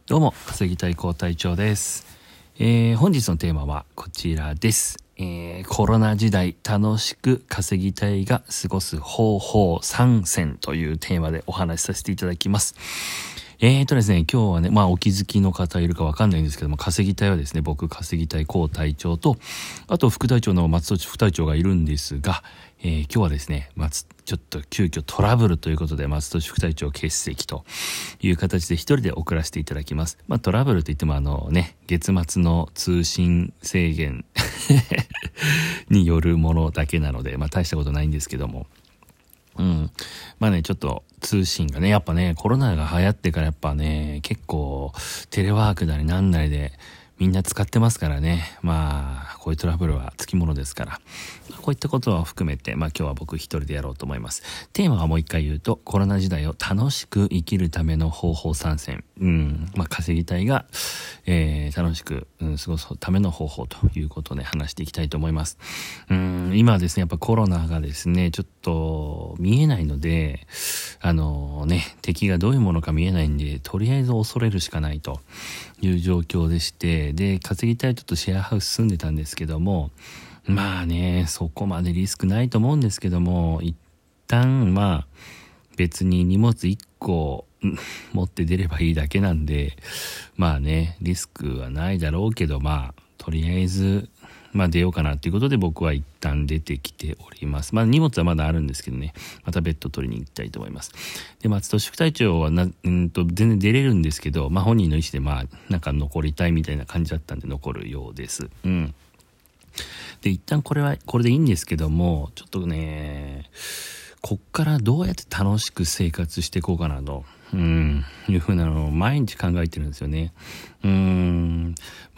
どうも、稼ぎたい高隊長です。本日のテーマはこちらです。コロナ時代楽しく稼ぎたいが過ごす方法3選というテーマでお話しさせていただきます。ですね、今日はね、お気づきの方いるかわかんないんですけども、稼ぎ隊はですね、僕稼ぎ隊高隊長と、あと副隊長の松戸副隊長がいるんですが、今日はですね、ちょっと急遽トラブルということで松戸副隊長欠席という形で一人で送らせていただきます。トラブルといっても月末の通信制限によるものだけなので、大したことないんですけども、ちょっと通信がね、やっぱね、コロナが流行ってからやっぱね、結構テレワークなりなんなりでみんな使ってますからね。こういうトラブルはつきものですから。こういったことを含めて、今日は僕一人でやろうと思います。テーマはもう一回言うと、コロナ時代を楽しく生きるための方法3選。稼ぎたいが、楽しく、過ごすための方法ということで話していきたいと思います。今はですね、やっぱコロナがですね、ちょっと見えないので、敵がどういうものか見えないんで、とりあえず恐れるしかないという状況でして、で、稼ぎたいちょっとシェアハウス住んでたんですけども、そこまでリスクないと思うんですけども、一旦別に荷物1個持って出ればいいだけなんで、リスクはないだろうけど、とりあえず出ようかなということで僕は一旦出てきております。荷物はまだあるんですけどね、また別途取りに行きたいと思います。で、松戸副隊長は全然出れるんですけど、本人の意思で残りたいみたいな感じだったんで残るようです。で、一旦これでいいんですけども、ちょっとね、こっからどうやって楽しく生活していこうかなと、いうふうなのを毎日考えてるんですよね。Uber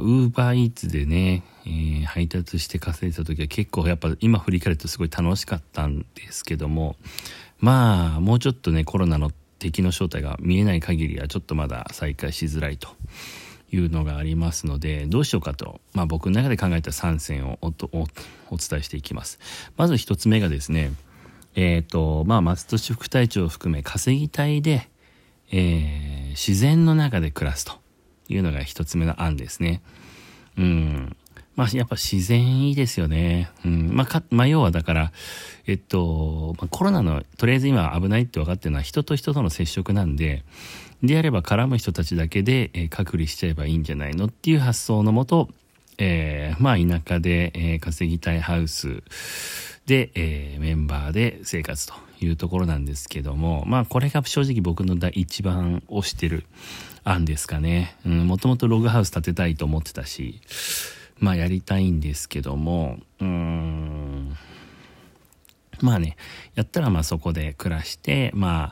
Eats でね、配達して稼いだ時は結構やっぱ今振り返るとすごい楽しかったんですけども、もうちょっとね、コロナの敵の正体が見えない限りはちょっとまだ再開しづらいというのがありますので、どうしようかと、僕の中で考えた3選をお伝えしていきます。まず1つ目がですね、松戸副隊長を含め稼ぎ隊で、自然の中で暮らすというのが1つ目の案ですね。やっぱ自然いいですよね。要はだから、コロナのとりあえず今危ないって分かってるのは人と人との接触なんで、であれば絡む人たちだけで、隔離しちゃえばいいんじゃないのっていう発想のもと、田舎で、稼ぎたいハウスで、メンバーで生活というところなんですけども、これが正直僕の一番推してる案ですかね。もともとログハウス建てたいと思ってたし、やりたいんですけども、やったらそこで暮らして、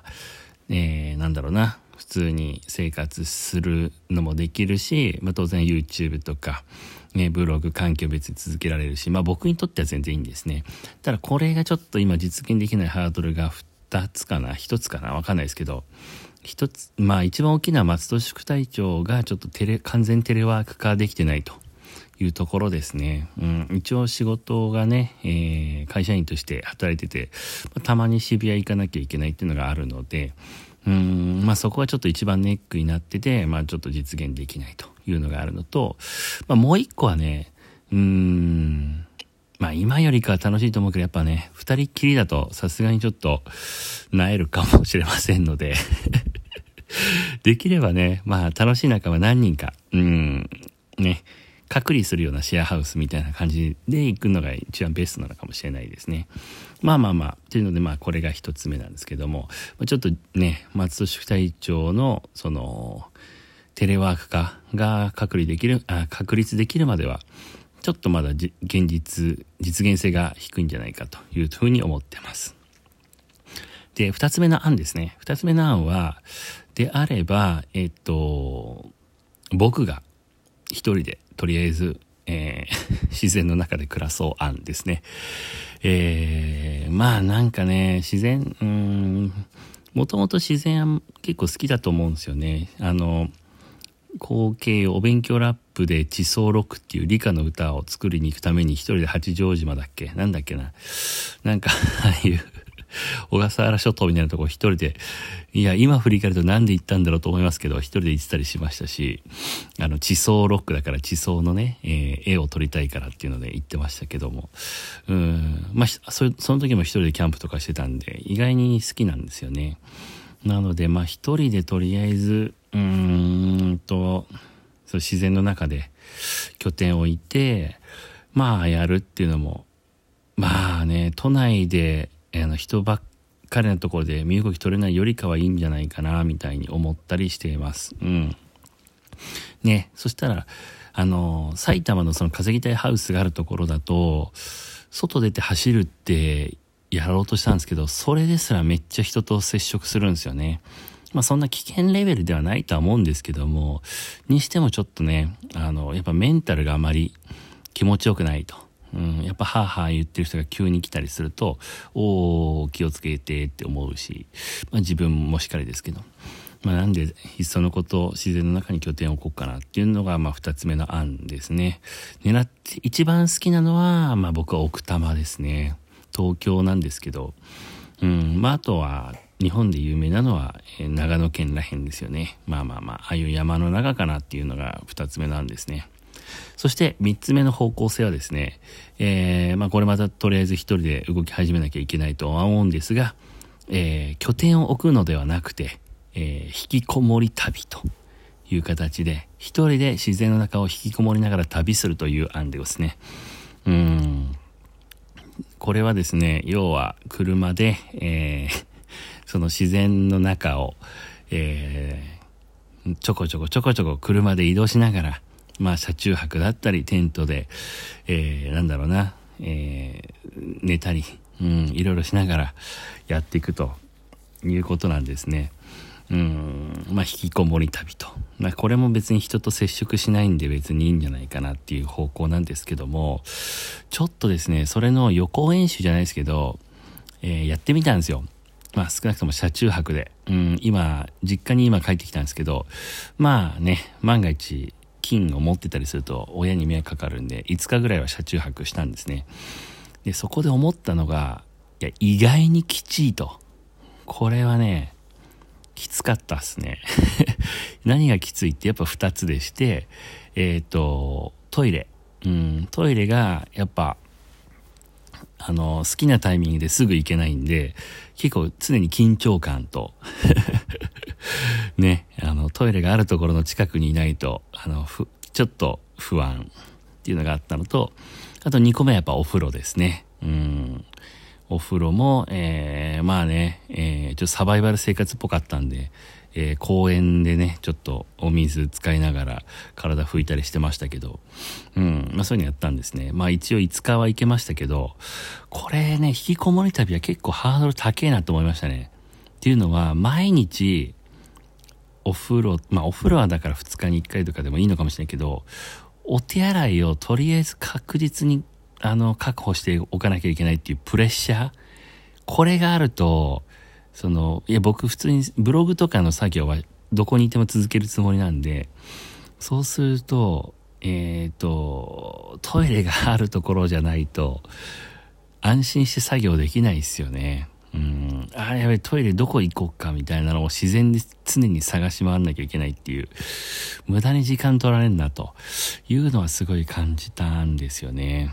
普通に生活するのもできるし、当然 YouTube とか、ブログ環境別に続けられるし、僕にとっては全然いいんですね。ただこれがちょっと今実現できないハードルが1つかなわかんないですけど、一番大きな松戸副隊長がちょっと完全テレワーク化できてないというところですね。一応仕事がね、会社員として働いてて、たまに渋谷行かなきゃいけないっていうのがあるので、そこはちょっと一番ネックになってて、ちょっと実現できないというのがあるのと、もう一個はね、今よりかは楽しいと思うけど、やっぱね、二人っきりだとさすがにちょっと萎えるかもしれませんので、できればね、楽しい仲間何人か、隔離するようなシェアハウスみたいな感じで行くのが一番ベストなのかもしれないですね。というのでこれが一つ目なんですけども、ちょっとね、松戸副隊長のそのテレワーク化が確立できるまではちょっとまだ実現性が低いんじゃないかというふうに思ってます。で、二つ目の案ですね。二つ目の案はであれば僕が一人でとりあえず、自然の中で暮らそう案ですね。自然、もともと自然結構好きだと思うんですよね。光景をお勉強ラップで地層録っていう理科の歌を作りに行くために一人で八丈島ああいう小笠原諸島みたいなところ一人で、いや、今振り返るとなんで行ったんだろうと思いますけど、一人で行ってたりしましたし、地層ロックだから地層のね、絵を撮りたいからっていうので行ってましたけども、まあ、その時も一人でキャンプとかしてたんで、意外に好きなんですよね。なので、まあ、一人でとりあえず、そう自然の中で拠点を置いて、まあ、やるっていうのも、まあね、都内で、人ばっかりなところで身動き取れないよりかはいいんじゃないかな、みたいに思ったりしています。ね、そしたら、埼玉のその稼ぎたいハウスがあるところだと、外出て走るってやろうとしたんですけど、それですらめっちゃ人と接触するんですよね。まあそんな危険レベルではないとは思うんですけども、にしてもちょっとね、やっぱメンタルがあまり気持ちよくないと。やっぱハーハー言ってる人が急に来たりすると、気をつけてって思うし、まあ自分もしっかりですけど。まあなんで、いっそのこと自然の中に拠点を置こうかなっていうのが、まあ二つ目の案ですね。一番好きなのは、まあ僕は奥多摩ですね。東京なんですけど、まああとは、日本で有名なのは、長野県らへんですよね。まあ、ああいう山の中かなっていうのが二つ目なんですね。そして3つ目の方向性はですね、まあこれまたとりあえず一人で動き始めなきゃいけないとは思うんですが、拠点を置くのではなくて、引きこもり旅という形で一人で自然の中を引きこもりながら旅するという案でですね。これはですね、要は車で、その自然の中を、ちょこちょこ車で移動しながら、まあ車中泊だったりテントで、寝たり、いろいろしながらやっていくということなんですね。まあ引きこもり旅と。まあこれも別に人と接触しないんで別にいいんじゃないかなっていう方向なんですけども、ちょっとですね、それの予行演習じゃないですけど、やってみたんですよ。まあ少なくとも車中泊で。実家に今帰ってきたんですけど、まあね、万が一、金を持ってたりすると親に迷惑かかるんで5日ぐらいは車中泊したんですね。でそこで思ったのが、いや意外にきちいと。これはねきつかったっすね。何がきついってやっぱ2つでして、トイレ、トイレがやっぱ好きなタイミングですぐ行けないんで、結構常に緊張感とね、トイレがあるところの近くにいないとちょっと不安っていうのがあったのと、あと2個目はやっぱお風呂ですね。お風呂も、まあね、ちょっとサバイバル生活っぽかったんで、公園でねちょっとお水使いながら体拭いたりしてましたけど、まあそういうのやったんですね。まあ一応5日は行けましたけど、これね引きこもり旅は結構ハードル高いなと思いましたね。っていうのは毎日お風呂はだから2日に1回とかでもいいのかもしれないけど、お手洗いをとりあえず確実に確保しておかなきゃいけないっていうプレッシャー、これがあると僕普通にブログとかの作業はどこにいても続けるつもりなんで、そうするとトイレがあるところじゃないと安心して作業できないですよね。やばい、トイレどこ行こうかみたいなのを自然で常に探し回んなきゃいけないっていう、無駄に時間取られるなというのはすごい感じたんですよね。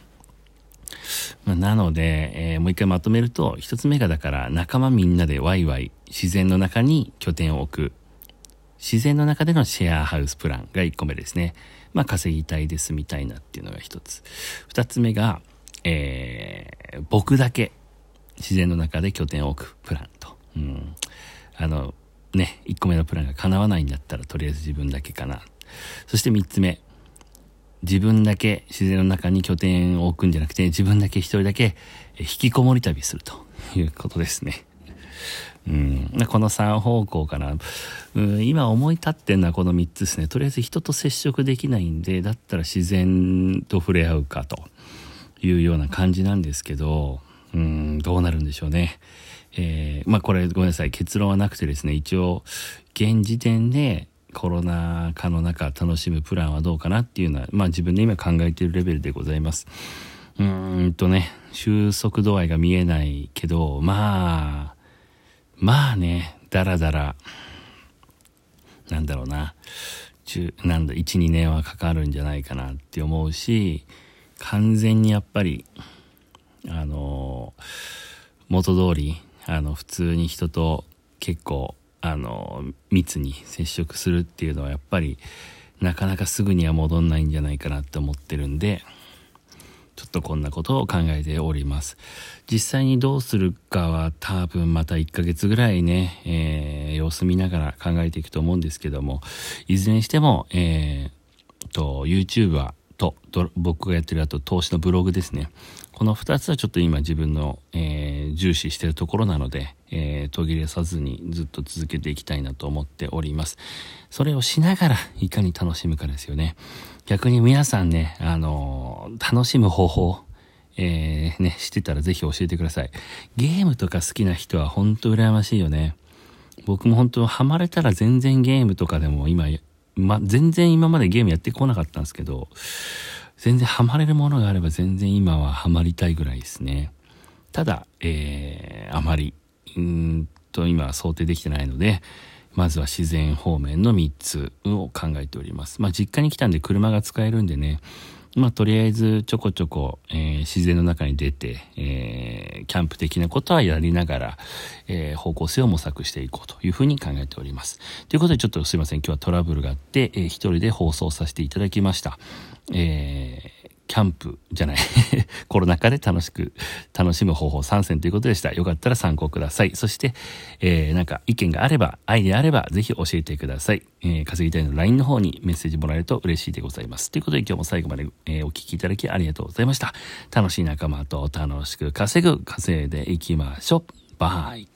なので、もう一回まとめると、一つ目がだから仲間みんなでワイワイ自然の中に拠点を置く、自然の中でのシェアハウスプランが1個目ですね。まあ稼ぎたいですみたいなっていうのが一つ。2つ目が、僕だけ自然の中で拠点を置くプランと。1個目のプランが叶わないんだったらとりあえず自分だけかな。そして3つ目、自分だけ自然の中に拠点を置くんじゃなくて、自分だけ一人だけ引きこもり旅するということですね。この3方向かな。今思い立ってんのはこの3つですね。とりあえず人と接触できないんで、だったら自然と触れ合うかというような感じなんですけど、どうなるんでしょうね。これごめんなさい、結論はなくてですね、一応現時点でコロナ禍の中楽しむプランはどうかなっていうのは、自分で今考えているレベルでございます。 収束度合いが見えないけど、まあね、だらだら、1、2年はかかるんじゃないかなって思うし、完全にやっぱり、元通り、普通に人と結構、密に接触するっていうのはやっぱり、なかなかすぐには戻んないんじゃないかなって思ってるんで、ちょっとこんなことを考えております。実際にどうするかは多分また1ヶ月ぐらいね、様子見ながら考えていくと思うんですけども、いずれにしても、YouTuber と僕がやってる投資のブログですね。この2つはちょっと今自分の、重視しているところなので、途切れさずにずっと続けていきたいなと思っております。それをしながらいかに楽しむかですよね。逆に皆さんね、楽しむ方法、知ってたらぜひ教えてください。ゲームとか好きな人は本当羨ましいよね。僕も本当ハマれたら全然ゲームとかでも全然今までゲームやってこなかったんですけど、全然ハマれるものがあれば全然今はハマりたいぐらいですね。ただ、あまり今は想定できてないので、まずは自然方面の3つを考えております。実家に来たんで車が使えるんでね、とりあえずちょこちょこ、自然の中に出て、キャンプ的なことはやりながら、方向性を模索していこうというふうに考えております。ということでちょっとすいません、今日はトラブルがあって、一人で放送させていただきました。キャンプじゃないコロナ禍で楽しむ方法3選ということでした。よかったら参考ください。そして、意見があれば、アイデアあればぜひ教えてください。稼ぎたいの LINE の方にメッセージもらえると嬉しいでございます。ということで今日も最後まで、お聞きいただきありがとうございました。楽しい仲間と楽しく稼いでいきましょう。バイ。